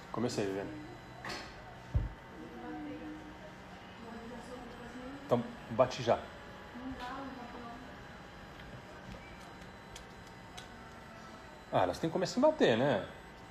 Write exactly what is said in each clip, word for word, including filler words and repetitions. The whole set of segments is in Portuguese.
Comecei, Viviane. Então, bate já. Ah, elas têm que começar a bater, né?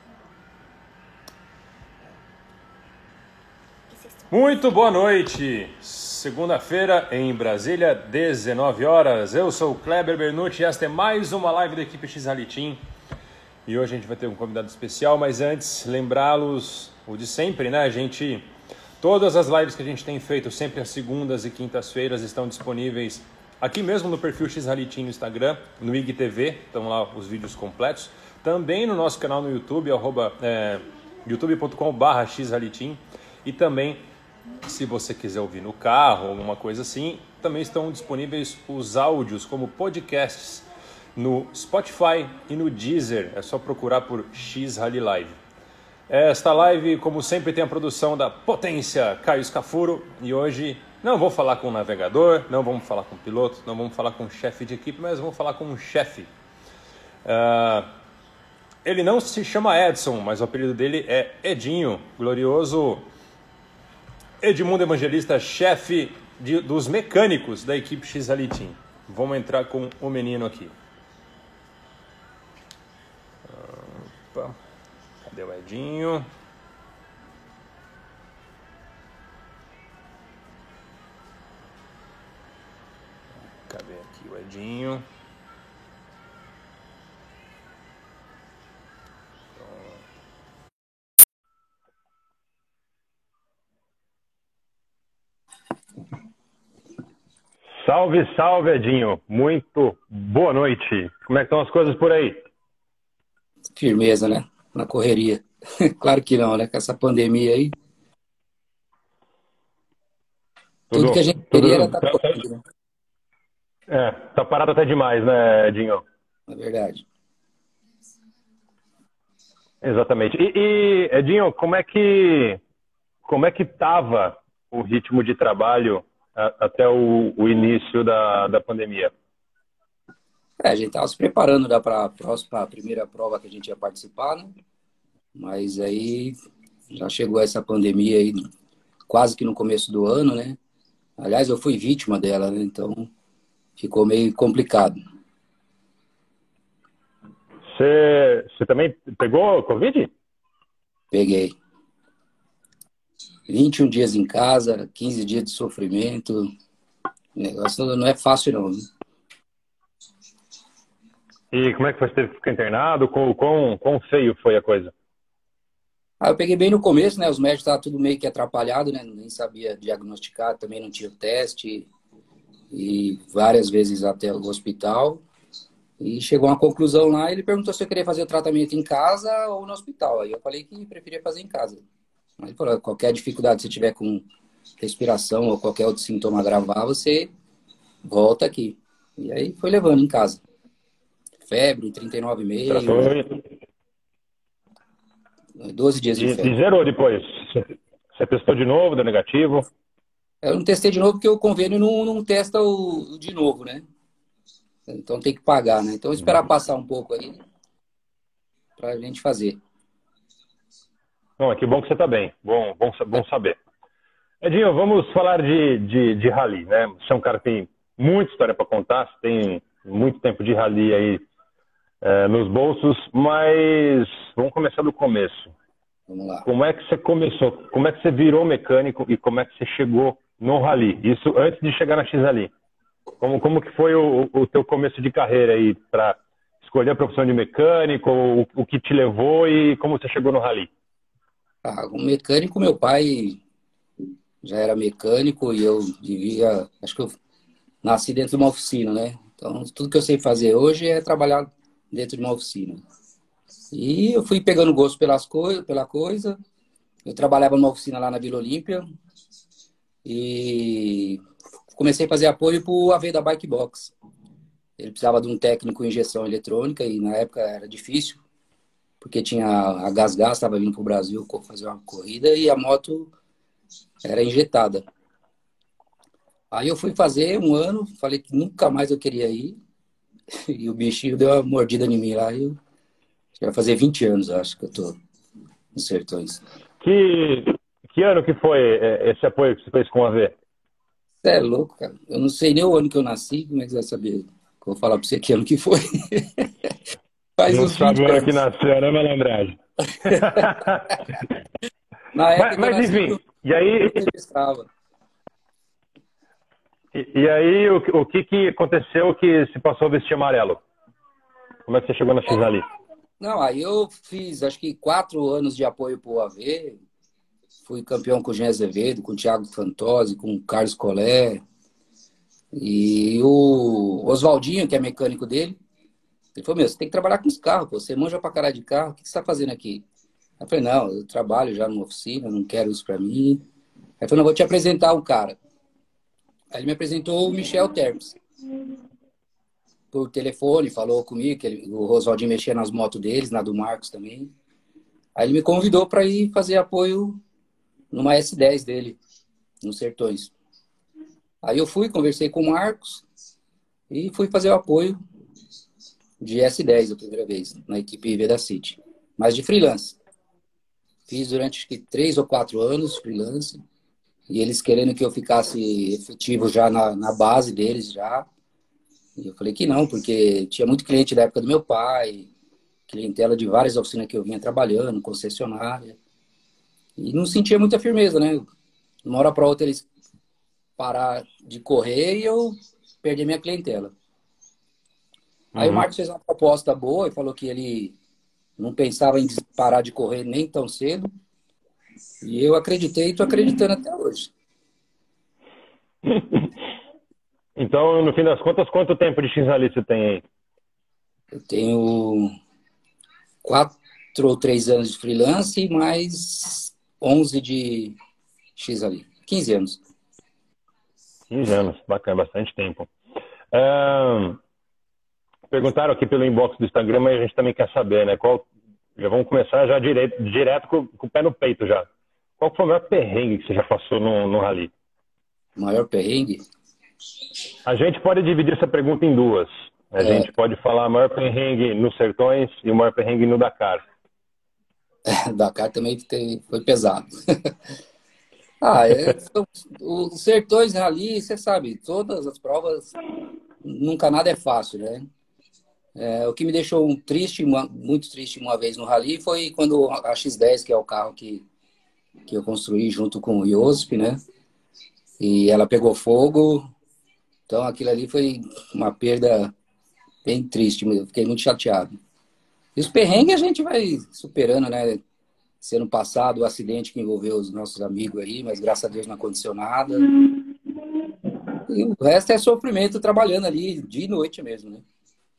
Muito boa noite! Segunda-feira em Brasília, dezenove horas. Eu sou o Kleber Bernucci e esta é mais uma live da equipe X Rally Team. E hoje a gente vai ter um convidado especial, mas antes, lembrá-los o de sempre, né? A gente, todas as lives que a gente tem feito, sempre às segundas e quintas-feiras, estão disponíveis aqui mesmo no perfil X Rally Team no Instagram, no I G T V, estão lá os vídeos completos. Também no nosso canal no YouTube, arroba, é, youtube ponto com barra X Rally Team. E também, se você quiser ouvir no carro, alguma coisa assim, também estão disponíveis os áudios como podcasts no Spotify e no Deezer. É só procurar por X Rally Live. Esta live, como sempre, tem a produção da Potência Caio Scafuro. E hoje não vou falar com o navegador, não vamos falar com o piloto, não vamos falar com o chefe de equipe, mas vamos falar com um chefe. Uh, ele não se chama Edson, mas o apelido dele é Edinho, glorioso Edmundo Evangelista, chefe de, dos mecânicos da equipe X Rally Team. Vamos entrar com o menino aqui. Opa. Cadê o Edinho? Cadê aqui o Edinho? Salve, salve, Edinho. Muito boa noite. Como é que estão as coisas por aí? Firmeza, né? Na correria. Claro que não, né? Com essa pandemia aí. Tudo, tudo que a gente tudo, queria era estar tá correndo, né? É, tá parado até demais, né, Edinho? É verdade. Exatamente. E, e, Edinho, como é que como é que tava o ritmo de trabalho a, até o, o início da, da pandemia? É, a gente estava se preparando para a primeira prova que a gente ia participar, né? Mas aí já chegou essa pandemia aí quase que no começo do ano, né? Aliás, eu fui vítima dela, né? Então ficou meio complicado. Você, você também pegou Covid? Peguei. vinte e um dias em casa, quinze dias de sofrimento. O negócio não é fácil, não. Né? E como é que foi? Você teve que ficar internado? Quão, quão, quão feio foi a coisa? Ah, eu peguei bem no começo, né? Os médicos estavam tudo meio que atrapalhado, né? Nem sabia diagnosticar, também não tinha o teste. E várias vezes até o hospital. E chegou a uma conclusão lá, ele perguntou se eu queria fazer o tratamento em casa ou no hospital. Aí eu falei que preferia fazer em casa. Mas ele falou, qualquer dificuldade que você tiver com respiração ou qualquer outro sintoma gravar, você volta aqui. E aí foi levando em casa. Febre, trinta e nove vírgula cinco. doze dias de e, febre. E zerou depois? Você testou de novo, deu negativo? Eu não testei de novo porque o convênio não, não testa o, de novo, né? Então tem que pagar, né? Então esperar passar um pouco aí pra gente fazer. Bom, que bom que você tá bem. Bom, bom, bom saber. Edinho, vamos falar de, de, de rally, né? Você é um cara que tem muita história para contar, você tem muito tempo de rally aí é, nos bolsos, mas vamos começar do começo. Vamos lá. Como é que você começou? Como é que você virou mecânico e como é que você chegou no rally? Isso antes de chegar na X Rally. Como, como que foi o, o teu começo de carreira aí para escolher a profissão de mecânico, o, o que te levou e como você chegou no rally? Ah, o mecânico, meu pai já era mecânico e eu vivia, acho que eu nasci dentro de uma oficina, né? Então, tudo que eu sei fazer hoje é trabalhar dentro de uma oficina. E eu fui pegando gosto pelas coi pela coisa. Eu trabalhava numa oficina lá na Vila Olímpia e comecei a fazer apoio para o A V da Bike Box. Ele precisava de um técnico em injeção eletrônica e na época era difícil, porque tinha a Gasgas, estava vindo para o Brasil fazer uma corrida e a moto era injetada. Aí eu fui fazer um ano, falei que nunca mais eu queria ir e o bichinho deu uma mordida em mim lá e eu vai fazer vinte anos, acho que eu tô nos Sertões. Que, que ano que foi é, esse apoio que você fez com a V? Você é louco, cara. Eu não sei nem o ano que eu nasci, como é que você vai saber? Eu vou falar pra você que ano que foi. Faz Não uns vinte sabe o ano que anos. nasceu, né, malandragem? Na mas, época que eu mas, nasci, enfim, eu e aí, não prestava. e, e aí o, que- o que, que aconteceu que se passou a vestir amarelo? Como é que você chegou na X ali? Não, aí eu fiz, acho que quatro anos de apoio pro A V. Fui campeão com o Jean Azevedo, com o Thiago Fantozzi, com o Carlos Collet. E o Oswaldinho, que é mecânico dele, ele falou, meu, você tem que trabalhar com os carros, pô. Você manja pra caralho de carro, o que você tá fazendo aqui? Eu falei, não, eu trabalho já numa oficina, não quero isso pra mim. Aí ele falou, não, vou te apresentar um cara. Aí ele me apresentou o Michel Termes. Por telefone, falou comigo, que ele, o Oswaldinho mexia nas motos deles, na do Marcos também. Aí ele me convidou para ir fazer apoio numa S dez dele, nos Sertões. Aí eu fui, conversei com o Marcos e fui fazer o apoio de S dez a primeira vez, na equipe V da City. Mas de freelance. Fiz durante acho que três ou quatro anos freelance. E eles querendo que eu ficasse efetivo já na, na base deles já. E eu falei que não, porque tinha muito cliente da época do meu pai, clientela de várias oficinas que eu vinha trabalhando, concessionária. E não sentia muita firmeza, né? De uma hora para outra eles parar de correr e eu perder minha clientela. Aí o Uhum. Marcos fez uma proposta boa e falou que ele não pensava em parar de correr nem tão cedo. E eu acreditei e estou acreditando até hoje. Então, no fim das contas, quanto tempo de X ali você tem aí? Eu tenho quatro ou três anos de freelance e mais onze de X ali. quinze anos. quinze anos, bacana, bastante tempo. Ahn, perguntaram aqui pelo inbox do Instagram, mas a gente também quer saber, né? Qual, já vamos começar já direto, direto com, com o pé no peito já. Qual foi o maior perrengue que você já passou no, no rally? Maior perrengue? A gente pode dividir essa pergunta em duas. A É, gente pode falar o maior perrengue nos Sertões e o maior perrengue no Dakar. Dakar também tem, foi pesado. Ah, é, os Sertões Rally, você sabe, todas as provas, nunca nada é fácil, né? É, o que me deixou um triste, uma- muito triste uma vez no Rally foi quando a X dez, que é o carro que, que eu construí junto com o Iosp, né? E ela pegou fogo, então aquilo ali foi uma perda bem triste, eu fiquei muito chateado. E os perrengues a gente vai superando, né? Esse ano passado, o acidente que envolveu os nossos amigos aí, mas graças a Deus não aconteceu nada. E o resto é sofrimento trabalhando ali, dia e noite mesmo, né?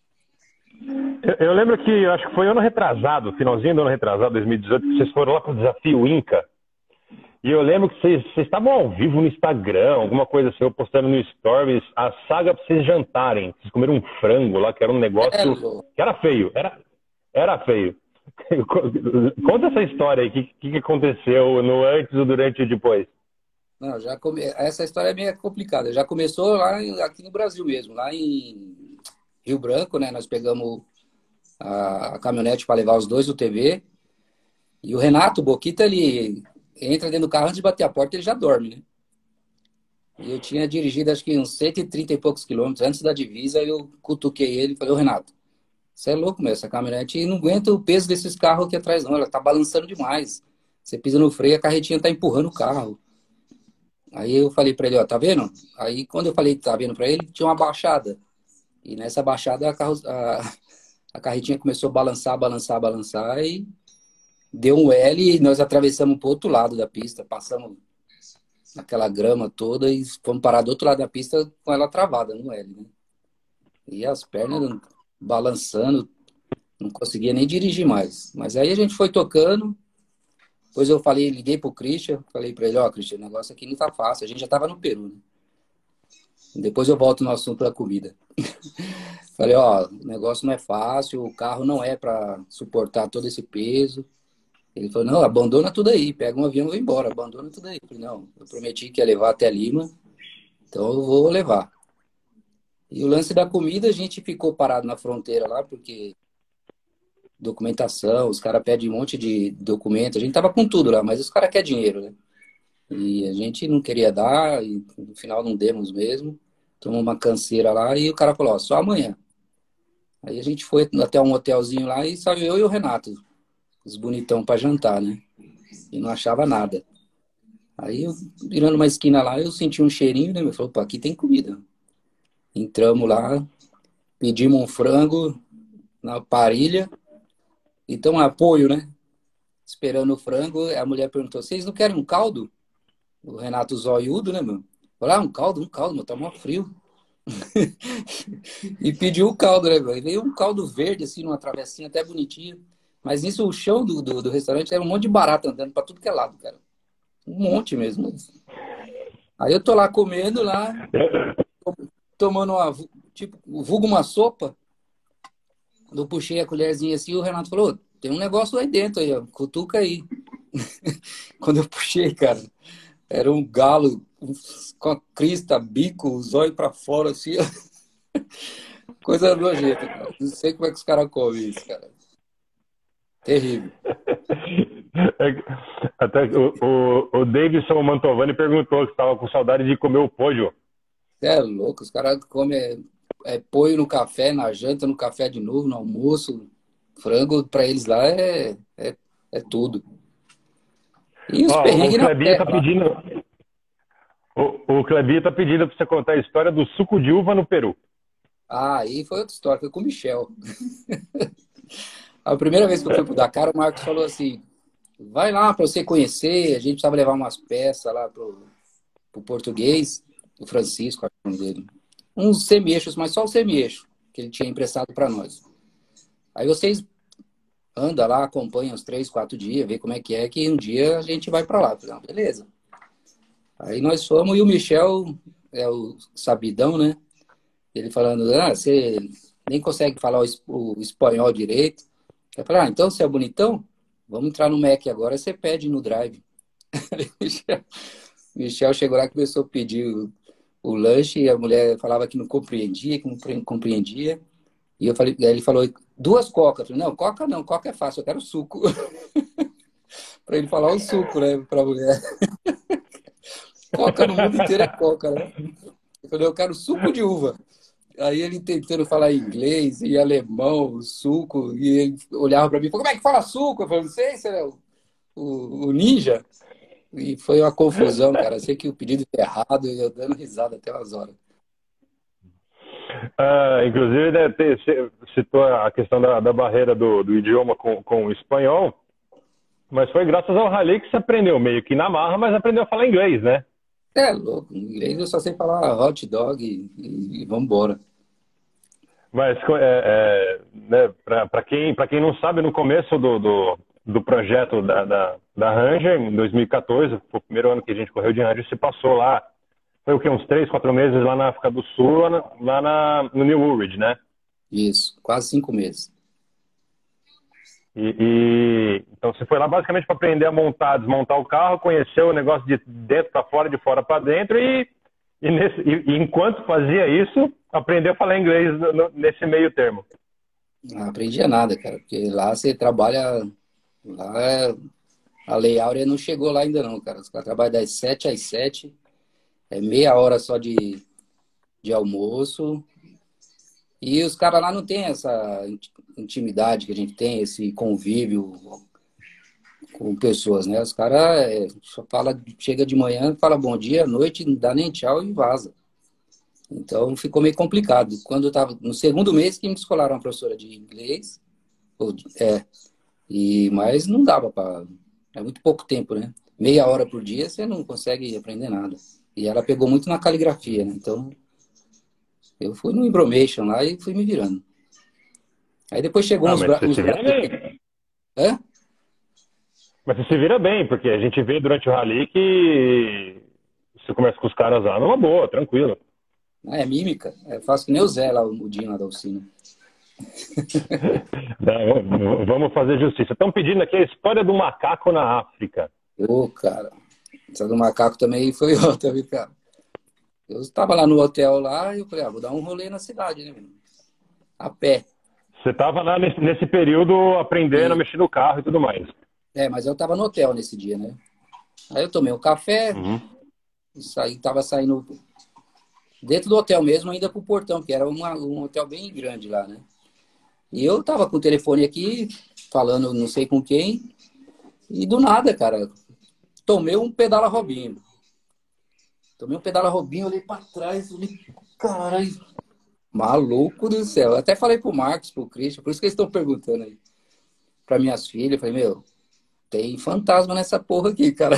Eu, eu lembro que, eu acho que foi ano retrasado, finalzinho do ano retrasado, dois mil e dezoito, que vocês foram lá pro Desafio Inca. E eu lembro que vocês, vocês estavam ao vivo no Instagram, alguma coisa assim, eu postando no Stories, a saga pra vocês jantarem. Vocês comeram um frango lá, que era um É, negócio Lô. que era feio, era, era feio. Conta essa história aí, o que, que, que aconteceu no antes, o durante e o depois? Não, já come... Essa história é meio complicada. Já começou lá em- aqui no Brasil mesmo, lá em Rio Branco, né? Nós pegamos a, a caminhonete para levar os dois do T V. E o Renato, o Boquita, ele entra dentro do carro antes de bater a porta, ele já dorme, né? E eu tinha dirigido acho que uns cento e trinta e poucos quilômetros antes da divisa, eu cutuquei ele e falei, ô Renato, você é louco, meu, essa caminhonete não aguenta o peso desses carros aqui atrás, não. Ela tá balançando demais. Você pisa no freio, a carretinha tá empurrando o carro. Aí eu falei pra ele, ó, tá vendo? Aí quando eu falei, tá vendo pra ele, tinha uma baixada. E nessa baixada a, carro, a, a carretinha começou a balançar, balançar, balançar e deu um L e nós atravessamos pro outro lado da pista, passamos aquela grama toda e fomos parar do outro lado da pista com ela travada no L, né? E as pernas balançando, não conseguia nem dirigir mais. Mas aí a gente foi tocando. Depois eu falei, liguei pro Christian, falei pra ele, ó, Christian, o negócio aqui não tá fácil. A gente já tava no Peru, né? Depois eu volto no assunto da comida. Falei, ó, o negócio não é fácil, o carro não é para suportar todo esse peso. Ele falou, não, abandona tudo aí, pega um avião e vai embora, abandona tudo aí. Eu falei, não, eu prometi que ia levar até Lima, então eu vou levar. E o lance da comida, a gente ficou parado na fronteira lá, porque documentação, os caras pedem um monte de documento. A gente tava com tudo lá, mas os caras querem dinheiro, né? E a gente não queria dar, e no final não demos mesmo. Tomou uma canseira lá e o cara falou, ó, só amanhã. Aí a gente foi até um hotelzinho lá e saiu eu e o Renato, os bonitão pra jantar, né? E não achava nada. Aí, eu, virando uma esquina lá, eu senti um cheirinho, né? Eu falei, pô, aqui tem comida. Entramos lá, pedimos um frango na parrilha, então apoio, né? Esperando o frango, a mulher perguntou, vocês não querem um caldo? O Renato zoiudo, né, meu? Falei, ah, um caldo, um caldo, meu, tá mó frio. E pediu o caldo, né, meu? E veio um caldo verde, assim, numa travessinha até bonitinha. Mas nisso, o chão do, do, do restaurante era um monte de barata andando pra tudo que é lado, cara. Um monte mesmo. Aí eu tô lá comendo, lá, tomando uma, tipo, vulgo uma sopa. Quando eu puxei a colherzinha assim, o Renato falou, tem um negócio aí dentro aí, ó, cutuca aí. Quando eu puxei, cara, era um galo com a crista, bico, os olhos pra fora, assim, ó. Coisa nojenta, cara. Não sei como é que os caras comem isso, cara. Terrível. Até o, o, o Davidson Mantovani perguntou que estava com saudade de comer o pollo. É louco, os caras comem é, é, poio no café, na janta, no café de novo, no almoço. Frango, pra eles lá, é, é, é tudo. E os Ó, o perrengues na Clebinho tá terra lá. pedindo. O, o Clebinho tá pedindo para você contar a história do suco de uva no Peru. Ah, aí foi outra história, foi com o Michel. A primeira vez que eu fui pro Dakar, o Marcos falou assim, vai lá para você conhecer, a gente precisava levar umas peças lá pro, pro português, o Francisco, acho o nome dele. Uns semi-eixos, mas só o semi-eixo que ele tinha emprestado para nós. Aí vocês andam lá, acompanham uns três, quatro dias, vê como é que é, que um dia a gente vai para lá. Eu falei, ah, beleza. Aí nós fomos e o Michel é o sabidão, né? Ele falando, ah, você nem consegue falar o, es- o espanhol direito. Eu falei, ah, então você é bonitão? Vamos entrar no Mac agora, você pede no Drive. Michel Michel chegou lá e começou a pedir o, o lanche e a mulher falava que não compreendia, que não pre- compreendia. E eu falei, aí ele falou, duas cocas. Eu falei, não, coca não, coca é fácil, eu quero suco. Para ele falar o suco, né, para a mulher. Coca no mundo inteiro é coca, né? Eu falei, eu quero suco de uva. Aí ele tentando falar inglês e alemão, suco, e ele olhava para mim e falou, como é que fala suco? Eu falei, não sei, você é o, o, o ninja. E foi uma confusão, cara. Eu sei que o pedido foi errado e eu dando risada até umas horas. Ah, inclusive, né, te- você citou a questão da, da barreira do, do idioma com, com o espanhol, mas foi graças ao rally que você aprendeu meio que na marra, mas aprendeu a falar inglês, né? É louco, em inglês eu só sei falar hot dog e, e, e vambora. Mas, é, é, né, para quem, para quem não sabe, no começo do, do, do projeto da, da, da Ranger, em dois mil e quatorze, foi o primeiro ano que a gente correu de Ranger, se passou lá, foi o quê? Uns três, quatro meses lá na África do Sul, lá, na, lá na, no New Woolwich, né? Isso, quase cinco meses. E, e- então você foi lá basicamente para aprender a montar, desmontar o carro, conhecer o negócio de dentro para fora, de fora para dentro e, e, nesse- e- e enquanto fazia isso, aprendeu a falar inglês no- no- nesse meio termo. Não aprendia nada, cara, porque lá você trabalha. Lá é- a Lei Áurea não chegou lá ainda, não, cara. Os caras trabalham das sete às sete, é meia hora só de, de almoço. E os caras lá não têm essa inti- intimidade que a gente tem, esse convívio com pessoas, né? Os caras é, só fala, chega de manhã, fala bom dia, à noite, não dá nem tchau e vaza. Então ficou meio complicado. Quando eu tava no segundo mês que me descolaram uma professora de inglês, ou de- é, e mas não dava para, é muito pouco tempo, né? Meia hora por dia você não consegue aprender nada. E ela pegou muito na caligrafia, né? Então eu fui no Embromation lá e fui me virando. Aí depois chegou Ah, uns, mas bra você uns se vira brasileiros. bem. Hã? Mas você se vira bem, porque a gente vê durante o rally que você começa com os caras lá numa boa, tranquilo. Ah, é mímica. Eu faço que nem o Zé lá, o mudinho lá da oficina. Não, vamos fazer justiça. Estão pedindo aqui a história do macaco na África. Ô, cara. Essa do macaco também foi outra, viu, cara? Eu estava lá no hotel lá e eu falei, ah, vou dar um rolê na cidade, né, meu? A pé. Você estava lá nesse, nesse período aprendendo E, a mexer no carro e tudo mais. é, mas eu tava no hotel nesse dia, né? Aí eu tomei um café, Uhum. e saí, tava saindo dentro do hotel mesmo, ainda pro portão, que era uma, um hotel bem grande lá, né? E eu tava com o telefone aqui, falando não sei com quem, e do nada, cara, tomei um pedala Robinho. Tomei um pedala Robinho, olhei pra trás, olhei, caralho, maluco do céu. Eu até falei pro Marcos, pro Christian, por isso que eles estão perguntando aí, pra minhas filhas, eu falei, meu, tem fantasma nessa porra aqui, cara.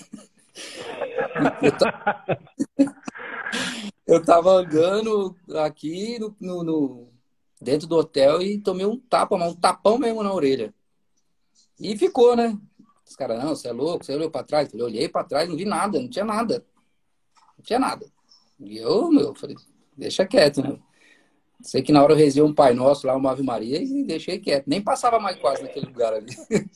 Eu, ta- eu tava andando aqui no, no- no- dentro do hotel e tomei um tapa, mas um tapão mesmo na orelha. E ficou, né? Os caras, não, você é louco, você olhou pra trás. Eu falei, olhei pra trás, não vi nada, não tinha nada. Não tinha nada. E eu, meu, falei, deixa quieto, né? Sei que na hora eu rezei um Pai Nosso lá, uma Ave Maria, e deixei quieto. Nem passava mais quase naquele lugar ali.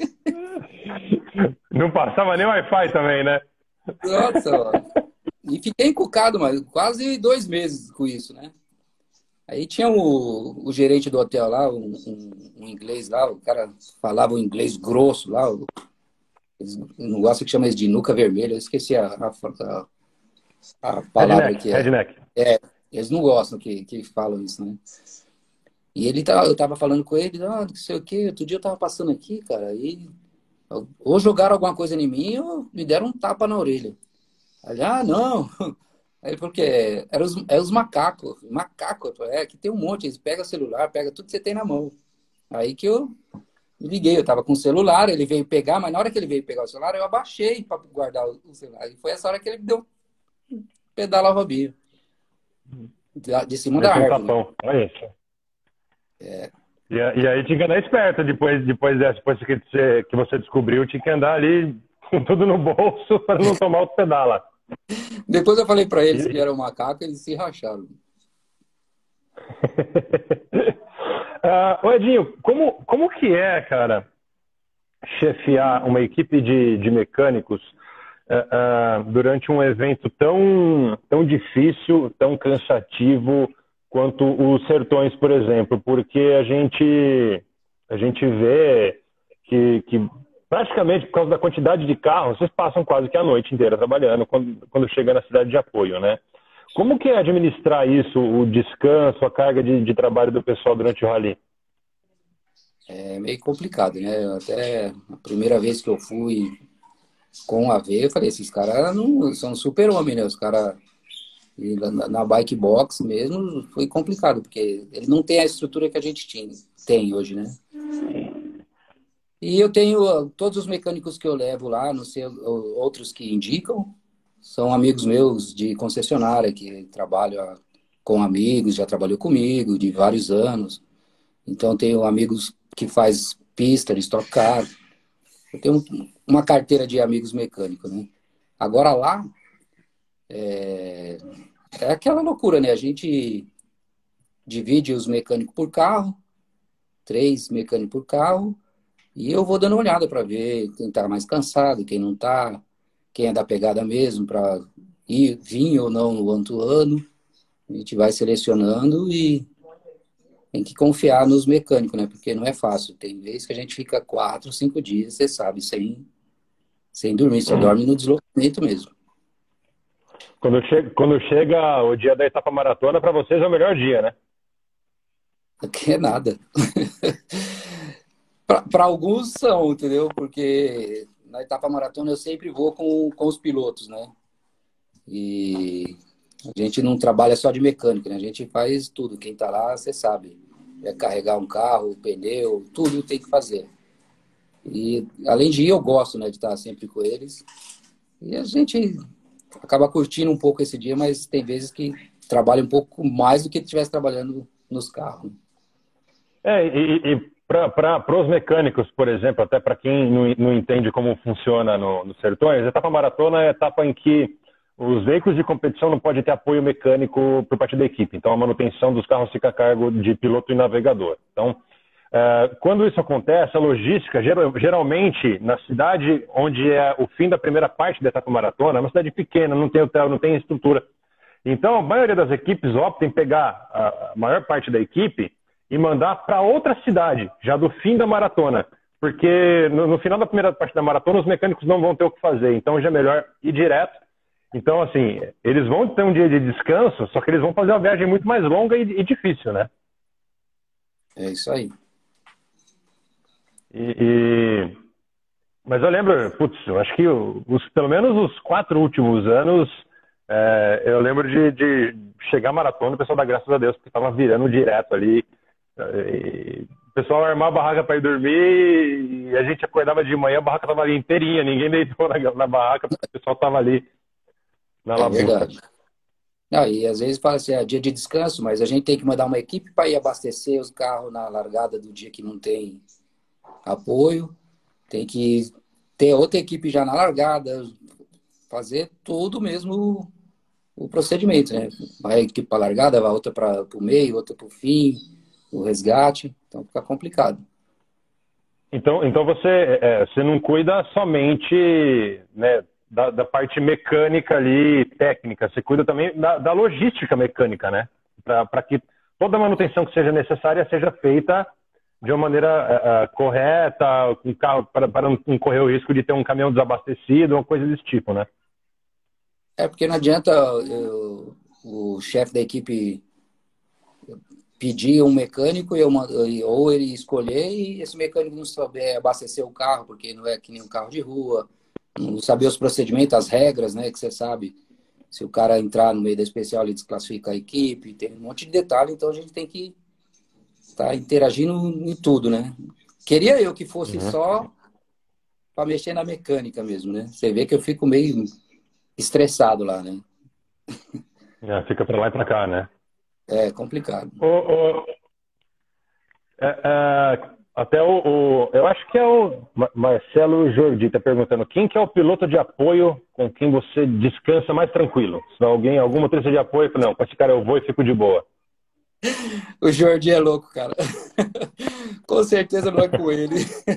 Não passava nem Wi-Fi também, né? Nossa, ó. E fiquei encucado, mas quase dois meses com isso, né? Aí tinha o, o gerente do hotel lá, um, um- um inglês lá, o cara falava um inglês grosso lá, o- eles não gostam que chama isso de nuca vermelha, eu esqueci a, a, a- a palavra Redneck, que é. redneck. É, eles não gostam que, que falam isso, né? E ele tá, eu tava falando com ele, ah, não sei o quê, outro dia eu tava passando aqui, cara, e ou jogaram alguma coisa em mim ou me deram um tapa na orelha. Aí, ah, não. Aí porque era os, é os macacos. Macaco, eu falei, é, que tem um monte. Eles pegam o celular, pega tudo que você tem na mão. Aí que eu me liguei, eu tava com o celular, ele veio pegar, mas na hora que ele veio pegar o celular, eu abaixei para guardar o, o celular. E foi essa hora que ele me deu um pedala Robinho. De, de cima da Meteu um árvore. tapão. Olha isso. E, a- e aí tinha que andar esperto depois, depois dessa, depois que você, que você descobriu, tinha que andar ali com tudo no bolso para não tomar outro pedala. Depois eu falei para eles que E- era um macaco, eles se racharam. Ah, ô Edinho, como, como que é, cara, chefiar uma equipe de, de mecânicos ah, ah, durante um evento tão, tão difícil, tão cansativo quanto os Sertões, por exemplo? Porque a gente, a gente vê que, que praticamente por causa da quantidade de carros, vocês passam quase que a noite inteira trabalhando quando, quando chega na cidade de apoio, né? Como que é administrar isso, o descanso, a carga de, de trabalho do pessoal durante o rally? É meio complicado, né? Eu até a primeira vez que eu fui com a V, eu falei, esses caras não são super-homem, né? Os caras e na, na bike box mesmo foi complicado, porque ele não tem a estrutura que a gente tinha, tem hoje, né? E eu tenho uh, todos os mecânicos que eu levo lá, não sei, o- outros que indicam, são amigos meus de concessionária, que trabalham ah, com amigos, já trabalhou comigo de vários anos. Então, eu tenho amigos que faz pista, de Stock Car. Eu tenho um- uma carteira de amigos mecânicos, né? Agora lá, é aquela loucura, né? A gente divide os mecânicos por carro, três mecânicos por carro, e eu vou dando uma olhada para ver quem tá mais cansado, quem não tá, quem é da pegada mesmo, para ir, vir ou não no outro ano. A gente vai selecionando e tem que confiar nos mecânicos, né? Porque não é fácil. Tem vezes que a gente fica quatro, cinco dias, você sabe, sem, sem dormir, só dorme no deslocamento mesmo. Quando chega, quando chega o dia da etapa maratona, para vocês é o melhor dia, né? Que é nada. Para alguns são, entendeu? Porque na etapa maratona eu sempre vou com, com os pilotos, né? E a gente não trabalha só de mecânica, né? A gente faz tudo. Quem tá lá, você sabe. É carregar um carro, pneu, tudo tem que fazer. E além de ir, eu gosto, né, de estar sempre com eles. E a gente acaba curtindo um pouco esse dia, mas tem vezes que trabalha um pouco mais do que se estivesse trabalhando nos carros. É, e, e para os mecânicos, por exemplo, até para quem não, não entende como funciona no, no Sertões, a etapa maratona é a etapa em que os veículos de competição não podem ter apoio mecânico por parte da equipe. Então, a manutenção dos carros fica a cargo de piloto e navegador. Então, é, quando isso acontece, a logística, geral, geralmente, na cidade onde é o fim da primeira parte da etapa maratona, é uma cidade pequena, não tem hotel, não tem estrutura. Então, a maioria das equipes opta em pegar a maior parte da equipe e mandar para outra cidade, já do fim da maratona. Porque no, no final da primeira parte da maratona, os mecânicos não vão ter o que fazer. Então, já é melhor ir direto. Então, assim, eles vão ter um dia de descanso, só que eles vão fazer uma viagem muito mais longa e, e difícil, né? É isso aí. E, e... Mas eu lembro, putz, eu acho que os, pelo menos os quatro últimos anos, é, eu lembro de, de chegar à maratona, o pessoal dá graças a Deus, porque estava virando direto ali. E o pessoal armava a barraca para ir dormir e a gente acordava de manhã, a barraca estava ali inteirinha, ninguém deitou na, na barraca, porque o pessoal estava ali na É labuta. verdade. Não, e às vezes fala assim, é dia de descanso, mas a gente tem que mandar uma equipe para ir abastecer os carros na largada do dia que não tem apoio. Tem que ter outra equipe já na largada, fazer tudo mesmo o procedimento, né? Vai equipe para largada, vai outra para o meio, outra para o fim, o resgate. Então fica complicado. Então, então você, é, você não cuida somente, né, da, da parte mecânica ali, técnica, você cuida também da, da logística mecânica, né? Para que toda a manutenção que seja necessária seja feita de uma maneira uh, correta, com carro, para, para não correr o risco de ter um caminhão desabastecido, uma coisa desse tipo, né? É porque não adianta eu, o chefe da equipe pedir um mecânico e eu, ou ele escolher e esse mecânico não souber abastecer o carro, porque não é que nem um carro de rua, não saber os procedimentos, as regras, né, que você sabe. Se o cara entrar no meio da especial, ele desclassifica a equipe, tem um monte de detalhe, então a gente tem que estar tá interagindo em tudo, né? Queria eu que fosse Uhum. só para mexer na mecânica mesmo, né? Você vê que eu fico meio estressado lá, né? É, fica para lá e para cá, né? É complicado. O, o, é, é, até o, o, eu acho que é o Marcelo Jordi está perguntando quem que é o piloto de apoio com quem você descansa mais tranquilo? Se alguém, alguma motorista de apoio, não, com esse cara eu vou e fico de boa. O Jordi é louco, cara. Com certeza não é com ele.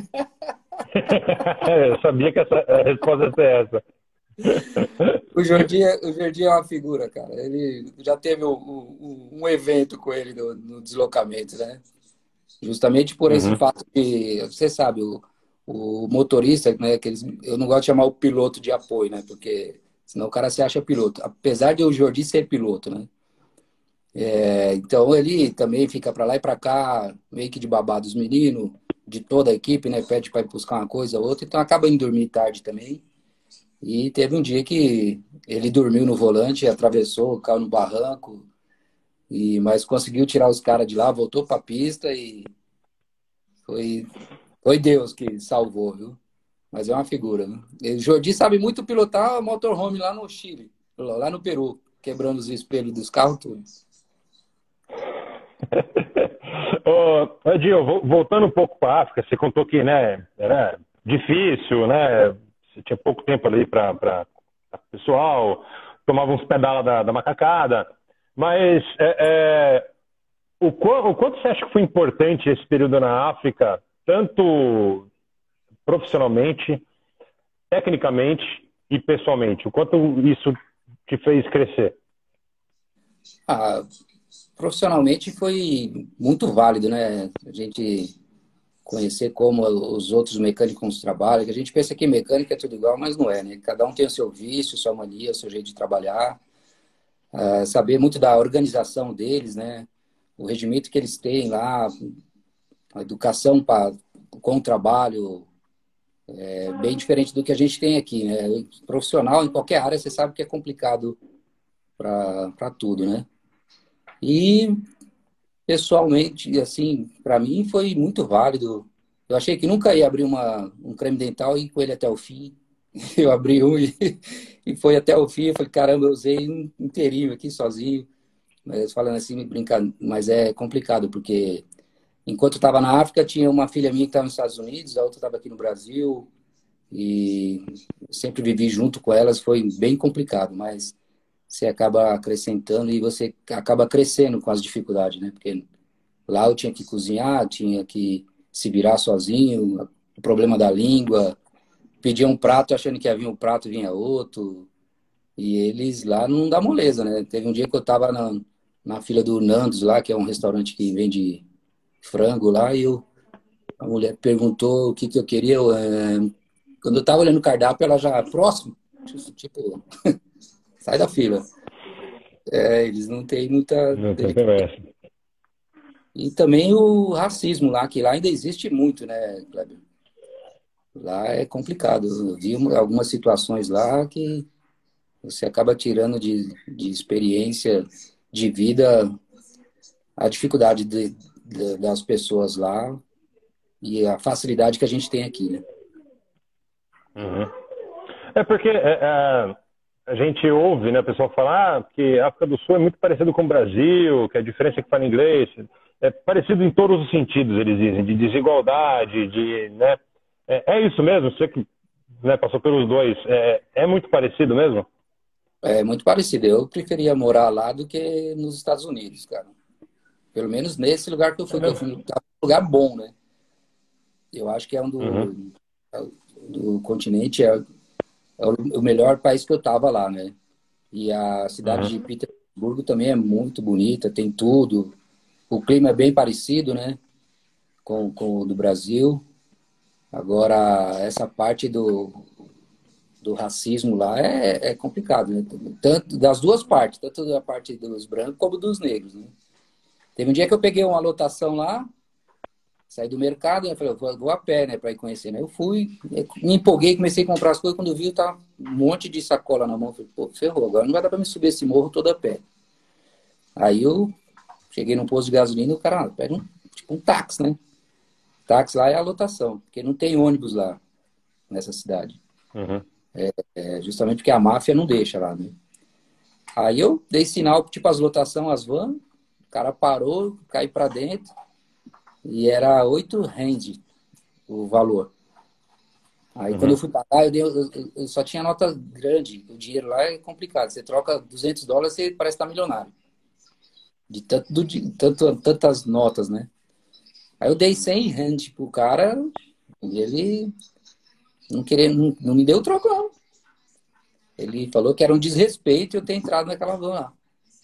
Eu sabia que essa, a resposta ia ser essa. O Jordi, é, o Jordi é uma figura, cara. Ele já teve um, um, um evento com ele no, no deslocamento, né? Justamente por esse Uhum. fato que, você sabe, o, o motorista, né? Que eles, eu não gosto de chamar o piloto de apoio, né? Porque senão o cara se acha piloto. Apesar de o Jordi ser piloto, né? É, então ele também fica para lá e para cá, meio que de babado dos meninos, de toda a equipe, né? Pede para ir buscar uma coisa ou outra, então acaba indo dormir tarde também. E teve um dia que ele dormiu no volante, atravessou, caiu no barranco, e, mas conseguiu tirar os caras de lá, voltou para a pista e foi, foi Deus que salvou, viu? Mas é uma figura, né? E o Jordi sabe muito pilotar motorhome lá no Chile, lá no Peru, quebrando os espelhos dos carros, tudo. Ô, Edil, voltando um pouco para a África, você contou que, né, era difícil, né? Você tinha pouco tempo ali para pessoal, tomava uns pedalas da, da macacada, mas é, é, o, quanto, o quanto você acha que foi importante esse período na África, tanto profissionalmente, tecnicamente e pessoalmente? O quanto isso te fez crescer? Ah, profissionalmente foi muito válido, né? A gente conhecer como os outros mecânicos trabalham, que a gente pensa que mecânica é tudo igual, mas não é, né? Cada um tem o seu vício, sua mania, o seu jeito de trabalhar. Uh, saber muito da organização deles, né? O regimento que eles têm lá, a educação pra, com o trabalho, é bem diferente do que a gente tem aqui, né? Profissional, em qualquer área, você sabe que é complicado para tudo, né? E pessoalmente, assim, para mim foi muito válido. Eu achei que nunca ia abrir uma, um creme dental e ir com ele até o fim. Eu abri um e, e foi até o fim. Eu falei, caramba, eu usei um inteirinho aqui sozinho. Mas falando assim, brincando, mas é complicado, porque enquanto eu estava na África, tinha uma filha minha que estava nos Estados Unidos, a outra estava aqui no Brasil, e eu sempre vivi junto com elas, foi bem complicado, mas você acaba acrescentando e você acaba crescendo com as dificuldades, né? Porque lá eu tinha que cozinhar, tinha que se virar sozinho, o problema da língua, pedia um prato achando que ia vir um prato, vinha outro, e eles lá não dá moleza, né? Teve um dia que eu estava na, na fila do Nandos lá, que é um restaurante que vende frango lá e eu, a mulher perguntou o que, que eu queria. Eu, é, quando eu tava olhando o cardápio, ela já, próximo, tipo, sai da fila. É, eles não têm muita Não tem delicadeza. conversa. E também o racismo lá, que lá ainda existe muito, né, Kleber? Lá é complicado. Eu vi uma- algumas situações lá que você acaba tirando de, de experiência de vida a dificuldade de, de- das pessoas lá e a facilidade que a gente tem aqui, né? Uhum. É porque é, é, a gente ouve, né, o pessoal falar ah, que a África do Sul é muito parecido com o Brasil, que a diferença é que fala inglês. É parecido em todos os sentidos, eles dizem, de desigualdade, de, né? É, é isso mesmo, você que, né, passou pelos dois, é, é muito parecido mesmo? É muito parecido. Eu preferia morar lá do que nos Estados Unidos, cara. Pelo menos nesse lugar que eu É fui, que eu mesmo? fui um lugar bom, né? Eu acho que é um Uhum, do, do continente, é, é o melhor país que eu tava lá, né? E a cidade uhum, de Petersburgo também é muito bonita, tem tudo. O clima é bem parecido, né? Com, com o do Brasil. Agora, essa parte do, do racismo lá é, é complicado, né? Tanto das duas partes, tanto da parte dos brancos como dos negros, né? Teve um dia que eu peguei uma lotação lá, saí do mercado, eu falei, vou, vou a pé, né, para ir conhecer, né? Eu fui, me empolguei, comecei a comprar as coisas, quando eu vi, eu tava um monte de sacola na mão, eu falei, pô, ferrou, agora não vai dar para me subir esse morro todo a pé. Aí eu cheguei num posto de gasolina e o cara, ah, pega um, tipo um táxi, né? Táxi lá é a lotação, porque não tem ônibus lá nessa cidade. uhum. É justamente porque a máfia não deixa lá, né? Aí eu dei sinal, tipo as lotação, as vans, o cara parou, caí para dentro e era oito rand o valor. Aí quando eu Uhum. fui pagar, eu, dei, eu, eu só tinha nota grande. O dinheiro lá é complicado. Você troca duzentos dólares, você parece estar milionário. De tanto, do, de tanto, tantas notas, né? Aí eu dei cem rand pro cara e ele não, queria, não, não me deu troco, não. Ele falou que era um desrespeito eu ter entrado naquela van lá.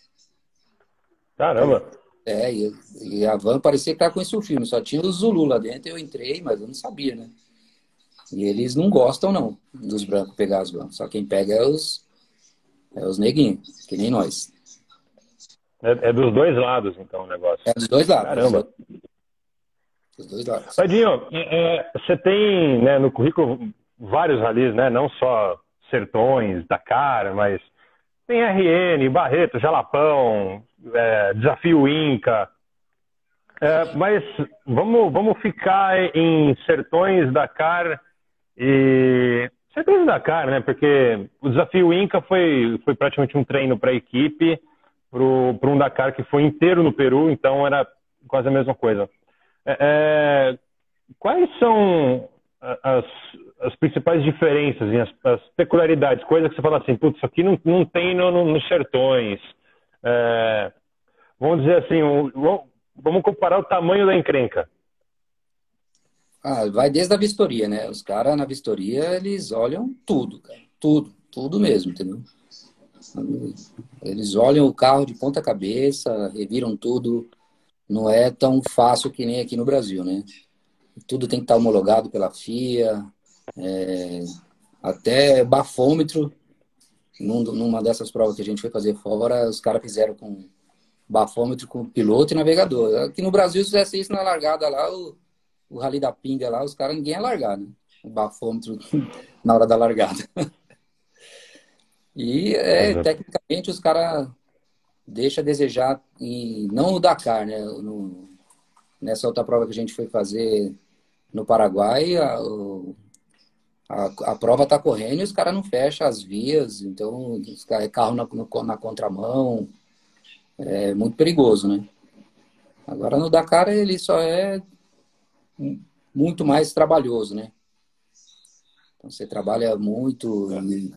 Caramba. É, e, e a van parecia que estava com isso filme, só tinha o Zulu lá dentro. Eu entrei, mas eu não sabia, né? E eles não gostam, não, dos brancos pegar as vans. Só quem pega é os, é os neguinhos, que nem nós. É, é dos dois lados, então, o negócio. É dos dois lados, dos dois, Caramba. dos dois lados. Edinho, é, é, você tem, né, no currículo vários ralis, né? Não só Sertões, Dakar, mas tem R N, Barreto, Jalapão, é, Desafio Inca. É, mas vamos, vamos ficar em Sertões, Dakar e... Sertões e Dakar, né? Porque o Desafio Inca foi, foi praticamente um treino para a equipe para um Dakar que foi inteiro no Peru, então era quase a mesma coisa. É, é, quais são as, as principais diferenças, as, as peculiaridades, coisas que você fala assim, putz, isso aqui não, não tem no, no, nos sertões. É, vamos dizer assim, o, vamos comparar o tamanho da encrenca. Ah, vai desde a vistoria, né? Os caras na vistoria, eles olham tudo, cara. Tudo, tudo mesmo, entendeu? Eles olham o carro de ponta cabeça, reviram tudo. Não é tão fácil que nem aqui no Brasil, né? Tudo tem que estar homologado pela FIA, é, até bafômetro. Num, numa dessas provas que a gente foi fazer fora, os caras fizeram com bafômetro com piloto e navegador. Aqui no Brasil, se fizesse isso na largada lá, o, o Rally da Pinga lá, os caras, ninguém ia largar, né? O bafômetro na hora da largada. E, é, Exato. tecnicamente, os caras deixam a desejar, e não no Dakar, né? No, nessa outra prova que a gente foi fazer no Paraguai, a, o, a, a prova tá correndo e os caras não fecham as vias, então os cara- é carro na, no- na contramão, é muito perigoso, né? Agora no Dakar ele só é muito mais trabalhoso, né? Então você trabalha muito. E...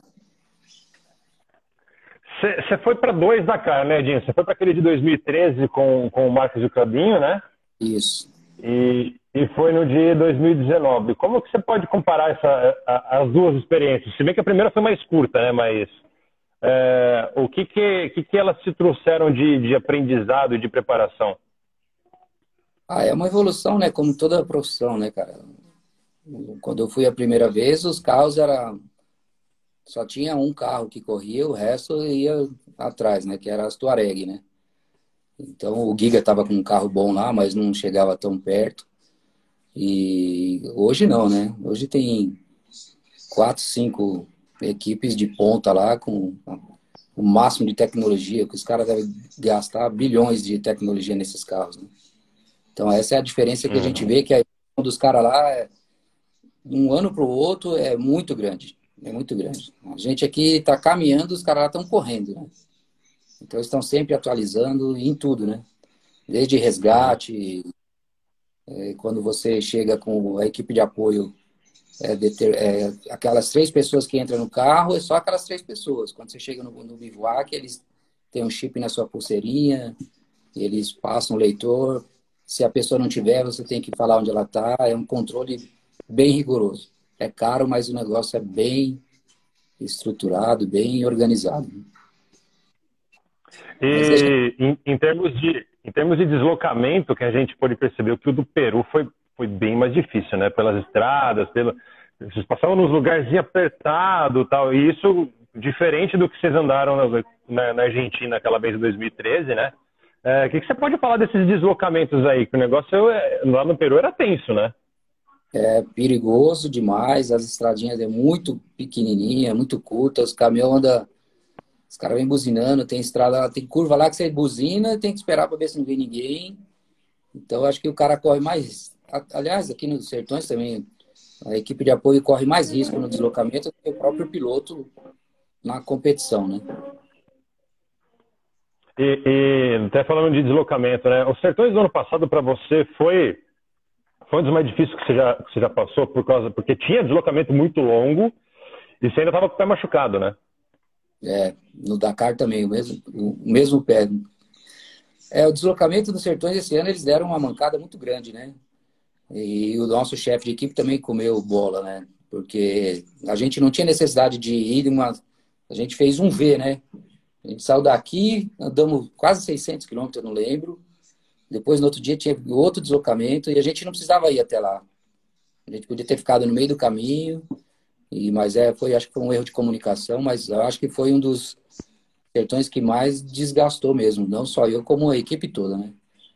Você foi para dois Dakar, né, Edinho? Você foi para aquele de dois mil e treze com, com o Marcos e o Clabinho, né? Isso. E, e foi no de dois mil e dezenove. Como que você pode comparar essa, a, as duas experiências? Se bem que a primeira foi mais curta, né? Mas é, o que que, que que elas te trouxeram de, de aprendizado e de preparação? Ah, é uma evolução, né? Como toda profissão, né, cara? Quando eu fui a primeira vez, os carros era só tinha um carro que corria, o resto ia atrás, né? Que era as Touareg, né? Então o Giga estava com um carro bom lá, mas não chegava tão perto. E hoje não, né? Hoje tem quatro, cinco equipes de ponta lá com o máximo de tecnologia, que os caras devem gastar bilhões de tecnologia nesses carros, né? Então essa é a diferença que a gente Uhum. vê, que a evolução dos caras lá, é, um ano para o outro, é muito grande. É muito grande. A gente aqui está caminhando, os caras lá estão correndo, né? Então eles estão sempre atualizando em tudo, né? Desde Uhum. resgate, é, quando você chega com a equipe de apoio, é, deter, é, aquelas três pessoas que entram no carro, é só aquelas três pessoas. Quando você chega no, no bivouac, eles têm um chip na sua pulseirinha, eles passam o leitor. Se a pessoa não tiver, você tem que falar onde ela está. É um controle bem rigoroso. É caro, mas o negócio é bem estruturado, bem organizado. Mas a gente, E em, em termos de, em termos de deslocamento, que a gente pode perceber que o do Peru foi, foi bem mais difícil, né? Pelas estradas, pela, vocês passavam nos lugares apertados, tal, e isso diferente do que vocês andaram na, na, na Argentina aquela vez em dois mil e treze, né? É, o que, que você pode falar desses deslocamentos aí? Que o negócio é, lá no Peru era tenso, né? é perigoso demais, as estradinhas é muito pequenininha, muito curta, os caminhões andam, os caras vêm buzinando, tem estrada, tem curva lá que você buzina, tem que esperar para ver se não vem ninguém. Então acho que o cara corre mais, aliás, aqui nos Sertões também, a equipe de apoio corre mais risco no deslocamento do que o próprio piloto na competição, né? E, e até falando de deslocamento, né? Os Sertões do ano passado para você foi foi um dos mais difíceis que você já, que você já passou por causa porque tinha deslocamento muito longo e você ainda estava com o pé machucado, né? É, no Dakar também, o mesmo, o mesmo pé. É, o deslocamento dos Sertões esse ano eles deram uma mancada muito grande, né? E o nosso chefe de equipe também comeu bola, né? Porque a gente não tinha necessidade de ir uma. A gente fez um V, né? A gente saiu daqui, andamos quase seiscentos quilômetros, eu não lembro. Depois, no outro dia, tinha outro deslocamento e a gente não precisava ir até lá. A gente podia ter ficado no meio do caminho, e, mas é, foi, acho que foi um erro de comunicação, mas eu acho que foi um dos sertões que mais desgastou mesmo, não só eu, como a equipe toda, né?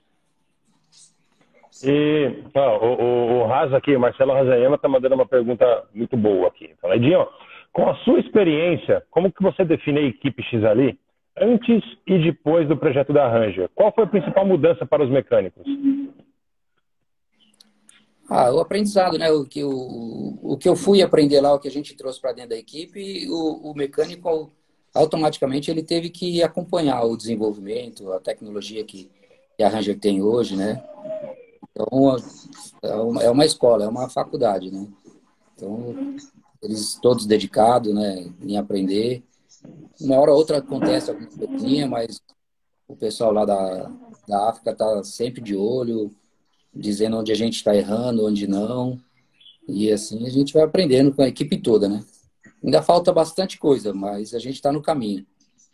E ó, o, o, o Raza aqui, o Marcelo Razayama está mandando uma pergunta muito boa aqui. Fala, Edinho, com a sua experiência, como que você define a equipe X ali antes e depois do projeto da Ranger? Qual foi a principal mudança para os mecânicos? Ah, o aprendizado, né? O que, o, o que eu fui aprender lá, o que a gente trouxe para dentro da equipe, o, o mecânico automaticamente ele teve que acompanhar o desenvolvimento, a tecnologia que, que a Ranger tem hoje, né? Então, é uma, é uma escola, é uma faculdade, né? Então, eles todos dedicados, né, em aprender. Uma hora ou outra acontece alguma coisinha, mas o pessoal lá da, da África está sempre de olho, dizendo onde a gente está errando, onde não. E assim a gente vai aprendendo com a equipe toda, né? Ainda falta bastante coisa, mas a gente está no caminho.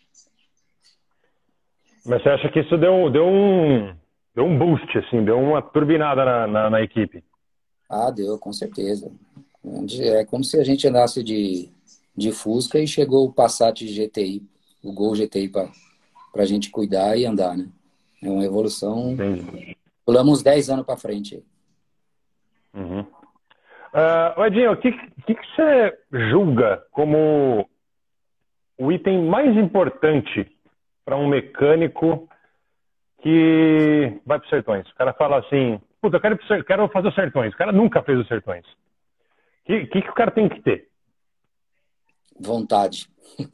Mas você acha que isso deu, deu, um, deu um boost, assim, deu uma turbinada na, na, na equipe? Ah, deu, com certeza. É como se a gente andasse de, de Fusca e chegou o Passat G T I, o Gol G T I para a gente cuidar e andar, né? É uma evolução. Entendi. Pulamos dez anos para frente aí. Uhum. Uh, Edinho, o que, que, que você julga como o item mais importante para um mecânico que vai para os Sertões? O cara fala assim, puta, eu quero, eu quero fazer os Sertões. O cara nunca fez os Sertões. O que, que, que o cara tem que ter? Vontade.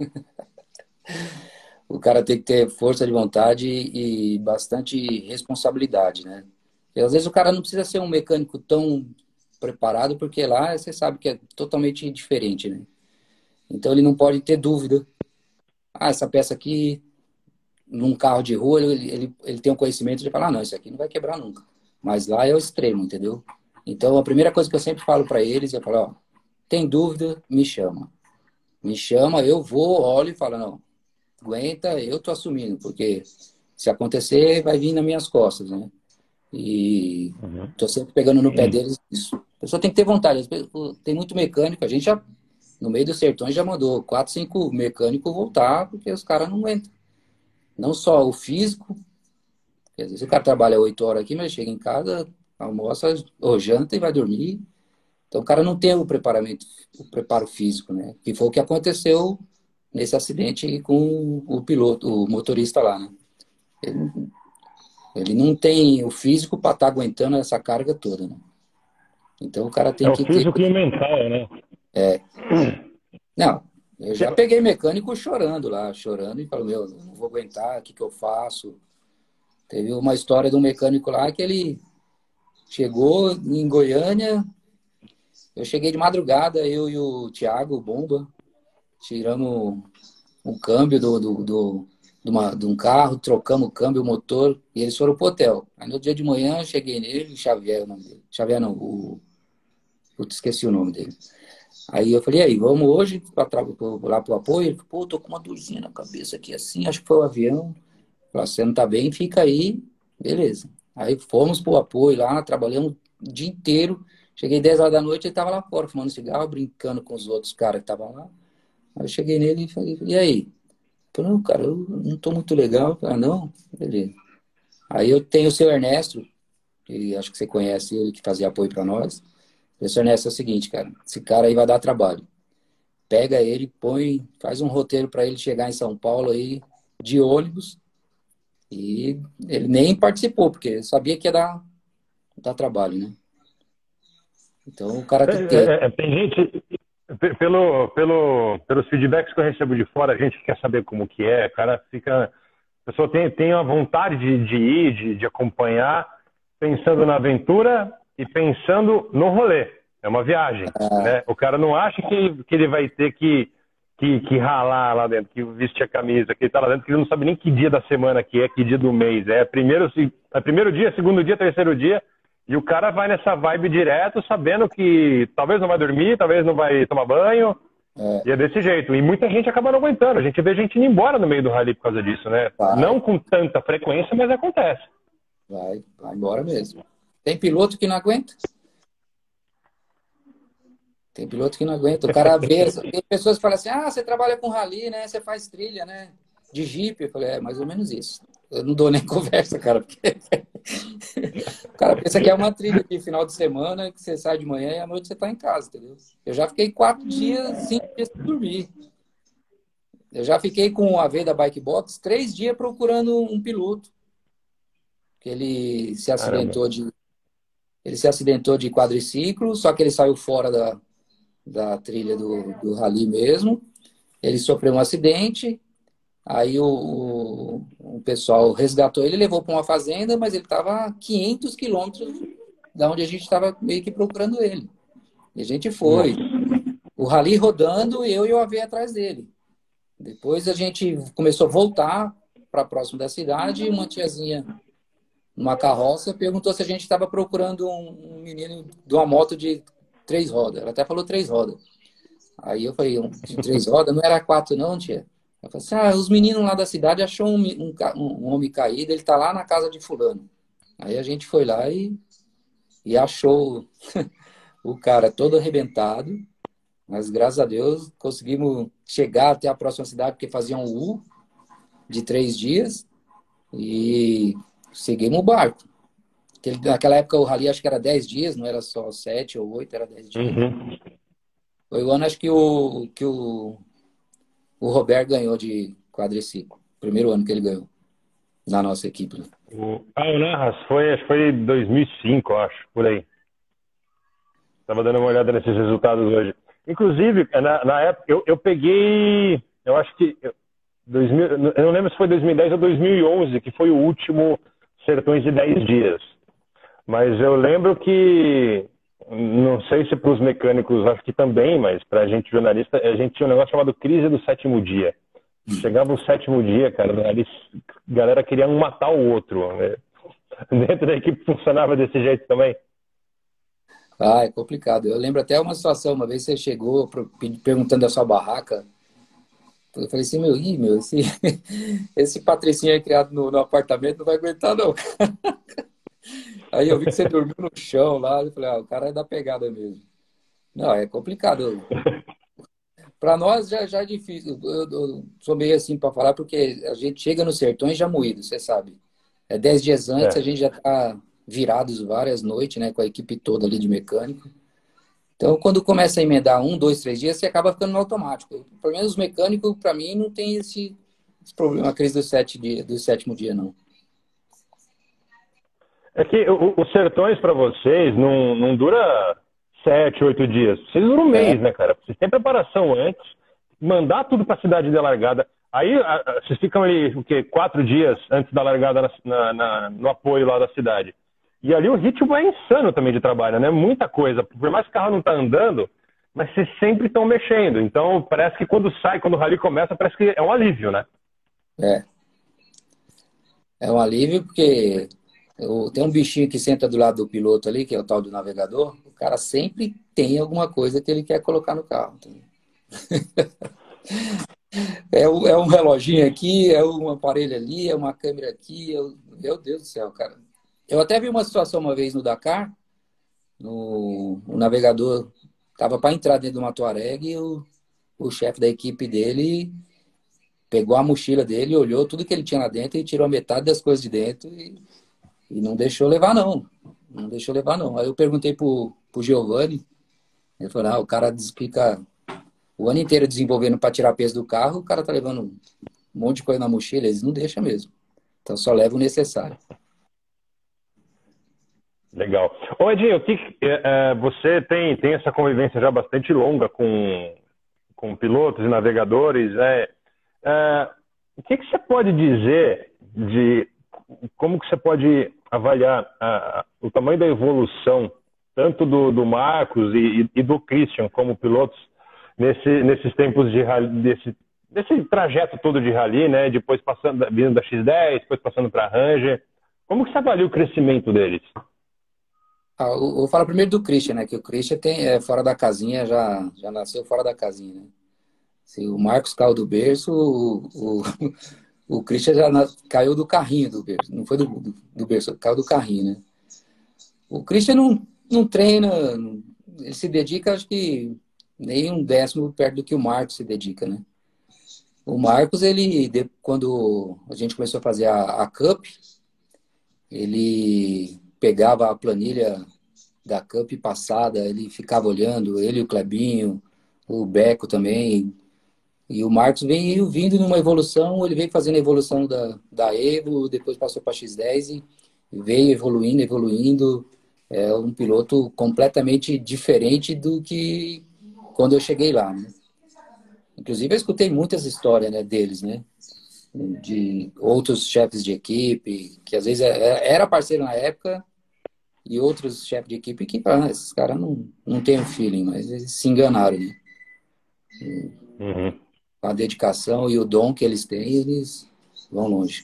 O cara tem que ter força de vontade e bastante responsabilidade, né? E às vezes o cara não precisa ser um mecânico tão preparado, porque lá você sabe que é totalmente diferente, né? Então ele não pode ter dúvida. Ah, essa peça aqui, num carro de rua, ele, ele, ele tem um conhecimento de falar, ah, não, isso aqui não vai quebrar nunca. Mas lá é o extremo, entendeu? Então a primeira coisa que eu sempre falo para eles, eu falo, ó, tem dúvida, me chama. Me chama, eu vou, olho e falo, não, aguenta, eu tô assumindo, porque se acontecer, vai vir nas minhas costas, né? E Uhum. tô sempre pegando no pé deles. Isso. A pessoa tem que ter vontade. Tem muito mecânico. A gente já, no meio dos sertões, já mandou quatro, cinco mecânicos voltar, porque os caras não aguentam. Não só o físico, porque às vezes o cara trabalha oito horas aqui, mas chega em casa, almoça, ou janta e vai dormir. Então o cara não tem o preparamento, o preparo físico, né? Que foi o que aconteceu nesse acidente com o piloto, o motorista lá, né? Ele, ele não tem o físico para estar aguentando essa carga toda, né? Então o cara É tem o que ter. físico e o mental, né? Não, eu já peguei mecânico chorando lá, chorando e falo, meu, eu não vou aguentar, o que que eu faço? Teve uma história de um mecânico lá que ele chegou em Goiânia, eu cheguei de madrugada, eu e o Thiago, o Bomba, tiramos um câmbio do, do, do, de, uma, de um carro, trocamos o câmbio, o motor, e eles foram pro hotel. Aí no dia de manhã eu cheguei nele, Xavier é o nome dele. Xavier não, o... Putz, esqueci o nome dele. Aí eu falei, e aí, vamos hoje pra, pra, lá pro apoio? Ele falou, pô, tô com uma dorzinha na cabeça aqui assim, acho que foi o avião. Eu falei, você não tá bem, fica aí, beleza. Aí fomos pro apoio lá, trabalhamos o dia inteiro. Cheguei dez horas da noite, ele tava lá fora, fumando cigarro, brincando com os outros caras que estavam lá. Aí eu cheguei nele e falei, e aí? Ele falou, não, cara, eu não tô muito legal. Eu falei, ah, não? Beleza. Aí eu tenho o seu Ernesto, que acho que você conhece ele, que fazia apoio para nós. O seu Ernesto é o seguinte, cara, esse cara aí vai dar trabalho. Pega ele, põe, faz um roteiro para ele chegar em São Paulo aí de ônibus. E ele nem participou, porque sabia que ia dar, dar trabalho, né? Então o cara É, tem que ter. é, é, tem gente, pe- pelo, pelo, pelos feedbacks que eu recebo de fora, a gente quer saber como que é, o cara fica, a pessoa tem, tem a vontade de, de ir, de, de acompanhar, pensando na aventura e pensando no rolê. É uma viagem, né? O cara não acha que, que ele vai ter que, que, que ralar lá dentro, que vestir a camisa, que ele tá lá dentro, que ele não sabe nem que dia da semana que é, que dia do mês. É primeiro, se- é primeiro dia, segundo dia, terceiro dia. E o cara vai nessa vibe direto, sabendo que talvez não vai dormir, talvez não vai tomar banho. É, E é desse jeito. E muita gente acaba não aguentando. A gente vê gente indo embora no meio do rally por causa disso, né? vai, Não com tanta frequência, mas acontece. vai, vai embora mesmo. Tem piloto que não aguenta. Tem piloto que não aguenta. O cara vê. Tem pessoas que falam assim: ah, você trabalha com rally, né? Você faz trilha, né? De Jeep. Eu falei: é mais ou menos isso. Eu não dou nem conversa, cara. Porque o cara pensa que é uma trilha de final de semana, que você sai de manhã e à noite você tá em casa, entendeu? Eu já fiquei quatro dias, cinco dias sem dormir. Eu já fiquei com o A V da Bike Box três dias procurando um piloto. Que ele se Caramba. acidentou de. Ele se acidentou de quadriciclo, só que ele saiu fora da, da trilha do, do rally mesmo. Ele sofreu um acidente, aí o, o, o pessoal resgatou ele, levou para uma fazenda, mas ele estava a quinhentos quilômetros da onde a gente estava meio que procurando ele. E a gente foi. Nossa. O rally rodando, eu e o A V atrás dele. Depois a gente começou a voltar para próximo da cidade e uma tiazinha numa carroça perguntou se a gente estava procurando um, um menino de uma moto de três rodas. Ela até falou três rodas. Aí eu falei, um, de três rodas? Não era quatro não, tia? Ela falou assim, ah, os meninos lá da cidade achou um, um, um homem caído, ele tá lá na casa de fulano. Aí a gente foi lá e, e achou o cara todo arrebentado, mas graças a Deus conseguimos chegar até a próxima cidade, porque fazia um U de três dias e seguimos o barco. Aquele- Naquela época o rally acho que era dez dias, não era só sete ou oito, era dez dias. Uhum. Foi o ano acho que o, que o O Roberto ganhou de quadriciclo. Primeiro ano que ele ganhou na nossa equipe. Né? O... Ah, o Narras foi, acho que foi dois mil e cinco, eu acho, por aí. Estava dando uma olhada nesses resultados hoje. Inclusive, na, na época, eu, eu peguei, eu acho que, eu- dois mil, eu não lembro se foi dois mil e dez ou dois mil e onze, que foi o último Sertões de dez dias. Mas eu lembro que, não sei se para os mecânicos, acho que também, mas para a gente jornalista, a gente tinha um negócio chamado crise do sétimo dia. Chegava o sétimo dia, cara, ali, a galera queria um matar o outro, né? Dentro da equipe funcionava desse jeito também. Ah, é complicado. Eu lembro até uma situação, uma vez você chegou pro- pe- perguntando da sua barraca. Eu falei assim, meu, ih, meu, esse, esse patricinho aí criado no, no apartamento não vai aguentar, não. Aí eu vi que você dormiu no chão lá, eu falei, ah, o cara é da pegada mesmo. Não, é complicado. Para nós já, já é difícil. Eu, eu- eu sou meio assim para falar, porque a gente chega nos sertões já moído, você sabe. É, dez dias antes a É. gente já está virados várias noites, né, com a equipe toda ali de mecânico. Então, quando começa a emendar um, dois, três dias, você acaba ficando no automático. Pelo menos os mecânicos, para mim, não tem esse, esse problema, a crise do, sete dia, do sétimo dia, não. É que o- os sertões para vocês não, não dura sete, oito dias. Vocês duram um É, mês, né, cara? Vocês têm preparação antes, mandar tudo para a cidade de largada. Aí a- a- vocês ficam ali, o quê? Quatro dias antes da largada na- na- na- no apoio lá da cidade. E ali o ritmo é insano também de trabalho, né? Muita coisa. Por mais que o carro não tá andando, mas vocês sempre estão mexendo. Então parece que quando sai, quando o rally começa, parece que é um alívio, né? é. É um alívio, porque eu- tem um bichinho que senta do lado do piloto ali, que é o tal do navegador. O cara sempre tem alguma coisa que ele quer colocar no carro. Entendeu? É, um- é um reloginho aqui, é um aparelho ali, é uma câmera aqui. eu- meu Deus do céu, cara. Eu até vi uma situação uma vez no Dakar, no, o navegador estava para entrar dentro de uma Touareg e o, o chefe da equipe dele pegou a mochila dele, olhou tudo que ele tinha lá dentro e tirou metade das coisas de dentro e, e não deixou levar, não. Não deixou levar, não. Aí eu perguntei pro, pro Giovanni, ele falou, ah, o cara fica o ano inteiro desenvolvendo para tirar peso do carro, o cara tá levando um monte de coisa na mochila, eles não deixam mesmo. Então só leva o necessário. Legal. Ô, Edinho, o que, é, é, você tem, tem essa convivência já bastante longa com, com pilotos e navegadores. É, é, o que, que você pode dizer de como que você pode avaliar a- a- o tamanho da evolução tanto do, do Marcos e, e do Christian como pilotos nesse, nesses tempos de rally, desse, desse trajeto todo de rally, né? Depois passando, vindo da X dez, depois passando para a Ranger. Como que você avalia o crescimento deles? Ah, eu vou falar primeiro do Christian, né? Que o Christian tem, é fora da casinha, já, já nasceu fora da casinha, né? Se o Marcos caiu do berço, o, o, o Christian já na- caiu do carrinho do berço. Não foi do, do, do berço, caiu do carrinho, né? O Christian não, não treina, ele se dedica, acho que nem um décimo perto do que o Marcos se dedica, né? O Marcos, ele, de- quando a gente começou a fazer a, a Cup, ele pegava a planilha da Cup passada, ele ficava olhando, ele e o Clebinho, o Beco também. E o Marcos veio vindo numa evolução, ele veio fazendo a evolução da, da Evo, depois passou para a X dez e veio evoluindo, evoluindo. É um piloto completamente diferente do que quando eu cheguei lá, né? Inclusive, eu escutei muitas histórias, né, deles, né? De outros chefes de equipe, que às vezes é- é- era parceiro na época, e outros chefes de equipe que, ah, esses caras não, não têm o feeling, mas eles se enganaram, né? Uhum. Com a dedicação e o dom que eles têm, eles vão longe.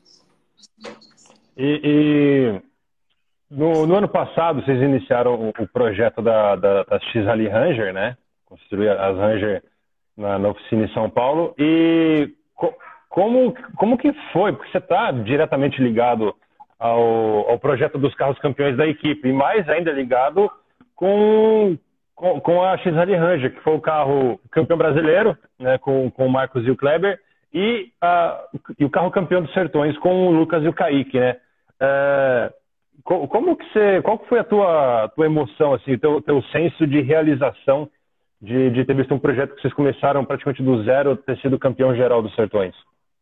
E, e no, no ano passado, vocês iniciaram o, o projeto da, da, da X Rally Ranger, né? Construir as Ranger na, na oficina em São Paulo. E co, como, como que foi? Porque você está diretamente ligado ao, ao projeto dos carros campeões da equipe, e mais ainda ligado com, com, com a X Rally Ranger, que foi o carro campeão brasileiro, né? Com, com o Marcos e o Kleber, e, a, e o carro campeão dos Sertões com o Lucas e o Kaique, né? É, co- como que você, qual que foi a tua, tua emoção, assim, teu, teu senso de realização de, de ter visto um projeto que vocês começaram praticamente do zero, ter sido campeão geral dos Sertões?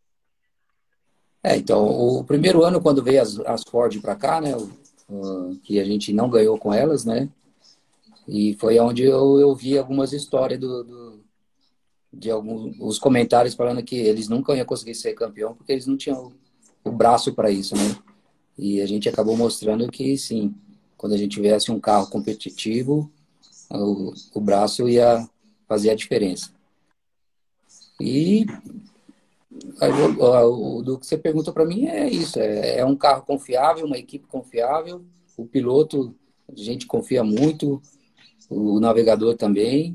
É, então, o primeiro ano, quando veio as, as Ford para cá, né, o- o- que a gente não ganhou com elas, né, e foi onde eu, eu vi algumas histórias do, do- de alguns os comentários falando que eles nunca iam conseguir ser campeão porque eles não tinham o, o braço para isso, né, e a gente acabou mostrando que, sim, quando a gente tivesse um carro competitivo, o, o braço ia fazer a diferença. E aí, o, o do que você perguntou para mim é isso: é, é um carro confiável, uma equipe confiável, o piloto, a gente confia muito, o navegador também.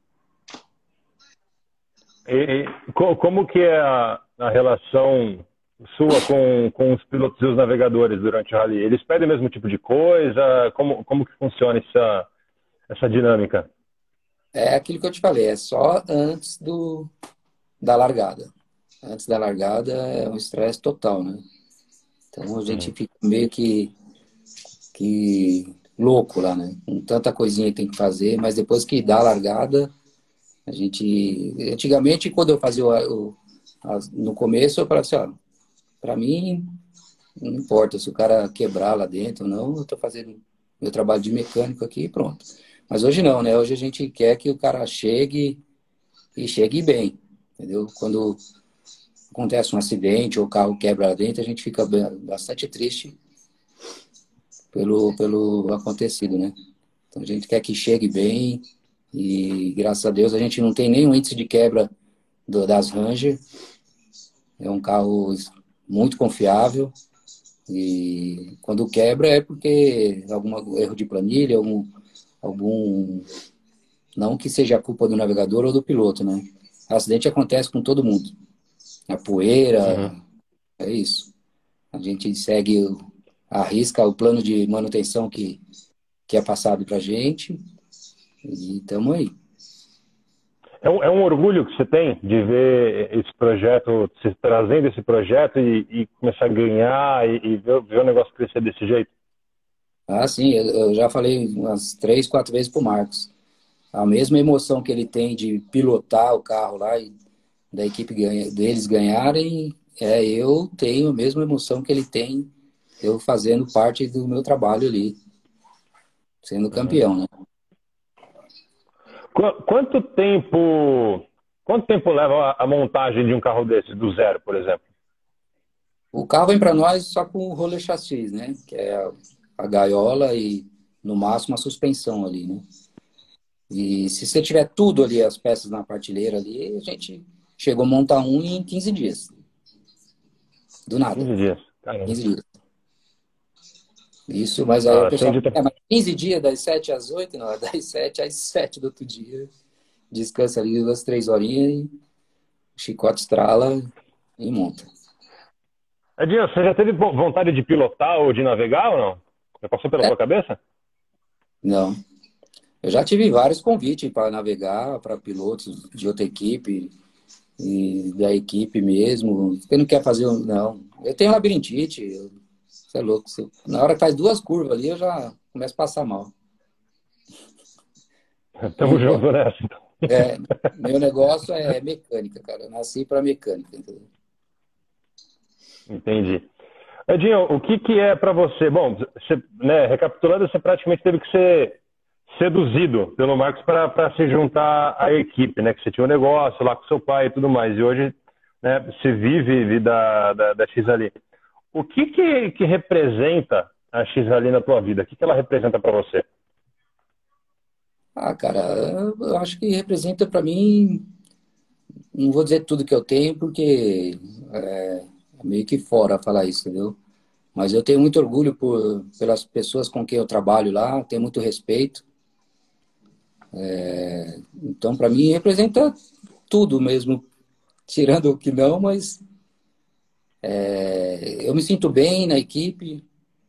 E, e co- como que é a, a relação sua com, com os pilotos e os navegadores durante o rally? Eles pedem o mesmo tipo de coisa? Como, como que funciona essa, essa dinâmica? É aquilo que eu te falei, é só antes do, da largada. Antes da largada é um estresse total, né? Então a gente Uhum. fica meio que, que louco lá, né? Com tanta coisinha que tem que fazer, mas depois que dá a largada, a gente. Antigamente, quando eu fazia o, o- as- no começo, eu falava assim, ó, pra mim, não importa se o cara quebrar lá dentro ou não, eu tô fazendo meu trabalho de mecânico aqui e pronto. Mas hoje não, né? Hoje a gente quer que o cara chegue e chegue bem, entendeu? Quando acontece um acidente ou o carro quebra lá dentro, a gente fica bastante triste pelo, pelo acontecido, né? Então a gente quer que chegue bem e graças a Deus a gente não tem nenhum índice de quebra do, das Ranger. É um carro muito confiável e quando quebra é porque algum erro de planilha, algum, algum não que seja a culpa do navegador ou do piloto, né? Acidente acontece com todo mundo. A poeira, Uhum. é isso. A gente segue, arrisca o plano de manutenção que, que é passado para a gente e estamos aí. É um, é um orgulho que você tem de ver esse projeto, se trazendo esse projeto e, e começar a ganhar e, e ver, ver o negócio crescer desse jeito? Ah, sim, eu eu já falei umas três, quatro vezes para o Marcos. A mesma emoção que ele tem de pilotar o carro lá e da equipe ganha, deles ganharem, é, eu tenho a mesma emoção que ele tem eu fazendo parte do meu trabalho ali, sendo Uhum. campeão, né? Qu- Quanto tempo, quanto tempo leva a, a montagem de um carro desse, do zero, por exemplo? O carro vem para nós só com o roller chassi, né? Que é a, a gaiola e no máximo a suspensão ali, né? E se você tiver tudo ali, as peças na partilheira ali, a gente chegou a montar um em quinze dias. Do nada. quinze dias. Caramba. quinze dias. Isso, mas aí o Ah, pessoal atendi. fala, é, mas quinze dias, das sete às oito, não, é das sete às sete do outro dia. Descansa ali duas, três horinhas e o chicote estrala e monta. Edinho, você já teve vo- vontade de pilotar ou de navegar ou não? Já passou pela É, sua cabeça? não. Eu já tive vários convites para navegar, para pilotos de outra equipe e da equipe mesmo. Você não quer fazer, um- não. Eu tenho labirintite, eu, você é louco. Você- na hora que faz duas curvas ali, eu já começo a passar mal. Tamo Não gosto. junto nessa, então. É, meu negócio é mecânica, cara. Eu nasci para mecânica, entendeu? Entendi. Edinho, o que, que é para você? Bom, você, né, recapitulando, você praticamente teve que ser seduzido pelo Marcos para se juntar à equipe, né? Que você tinha um negócio lá com seu pai e tudo mais. E hoje, né, você vive, vive da, da, da X ali. O que, que, que representa a X ali na tua vida? O que, que ela representa para você? Ah, cara, eu acho que representa para mim, não vou dizer tudo que eu tenho, porque é, é meio que fora falar isso, entendeu? Mas eu tenho muito orgulho por, pelas pessoas com quem eu trabalho lá, tenho muito respeito. Então, para mim, representa tudo mesmo, tirando o que não, mas é, eu me sinto bem na equipe.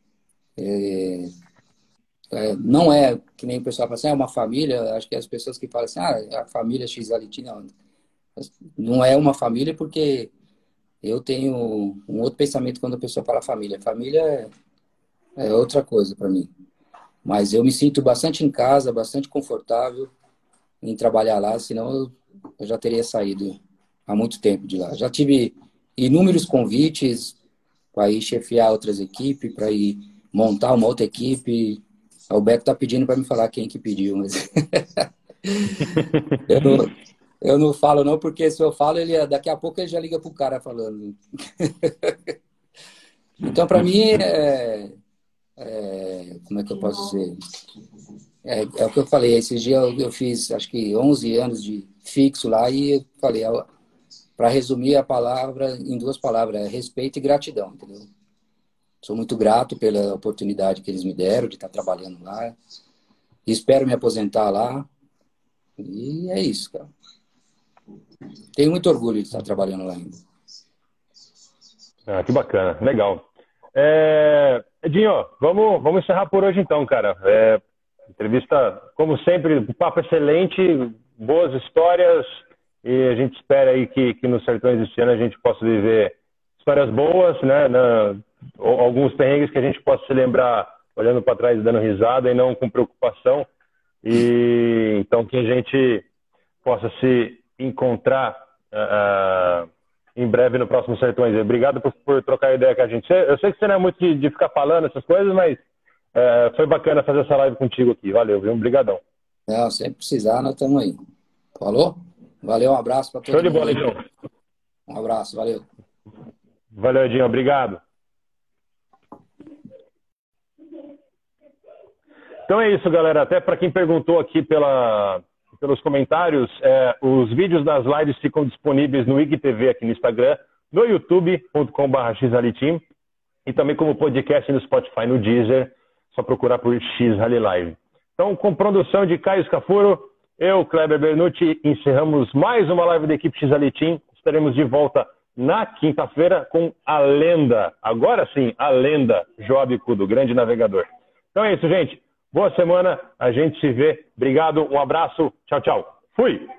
É, não é que nem o pessoal fala assim, ah, é uma família. Acho que as pessoas que falam assim, ah, é a família X L T, não. Não é uma família porque eu tenho um outro pensamento quando a pessoa fala família. Família é, é outra coisa para mim. Mas eu me sinto bastante em casa, bastante confortável em trabalhar lá, senão eu, eu já teria saído há muito tempo de lá. Já tive inúmeros convites para ir chefiar outras equipes, para ir montar uma outra equipe. O Beto tá pedindo para me falar quem que pediu, mas eu não, eu não falo não, porque se eu falo, ele daqui a pouco ele já liga pro cara falando. Então, para mim, é, é, como é que eu posso dizer? É, é o que eu falei, esses dias eu, eu fiz, acho que onze anos de fixo lá e eu falei, para resumir a palavra em duas palavras, é respeito e gratidão, entendeu? Sou muito grato pela oportunidade que eles me deram de estar trabalhando lá. Espero me aposentar lá. E é isso, cara. Tenho muito orgulho de estar trabalhando lá ainda. Ah, que bacana, legal. É... Edinho, vamos, vamos encerrar por hoje então, cara. É... Entrevista, como sempre, um papo excelente, boas histórias, e a gente espera aí que, que nos Sertões desse ano a gente possa viver histórias boas, né? Na... Alguns perrengues que a gente possa se lembrar olhando para trás e dando risada e não com preocupação. E então que a gente possa se encontrar uh, em breve no próximo Sertões. Obrigado por, por trocar ideia com a gente. Eu sei que você não é muito de, de ficar falando essas coisas, mas uh, foi bacana fazer essa live contigo aqui. Valeu, viu? Obrigadão. Não, sempre precisar, nós estamos aí. Falou? Valeu, um abraço para todo Show de mundo. bola, então. Um abraço, valeu. Valeu, Edinho. Obrigado. Então é isso, galera. Até para quem perguntou aqui pela, pelos comentários, é, os vídeos das lives ficam disponíveis no I G T V aqui no Instagram, no youtube ponto com barra x rally team e também como podcast no Spotify, no Deezer. Só procurar por X Rally Live. Então, com produção de Caio Scafuro, eu, Kleber Bernucci, encerramos mais uma live da equipe X Rally Team. Estaremos de volta na quinta-feira com a lenda, agora sim, a lenda Joab Kudo, grande navegador. Então é isso, gente. Boa semana, a gente se vê. Obrigado, um abraço, tchau, tchau. Fui!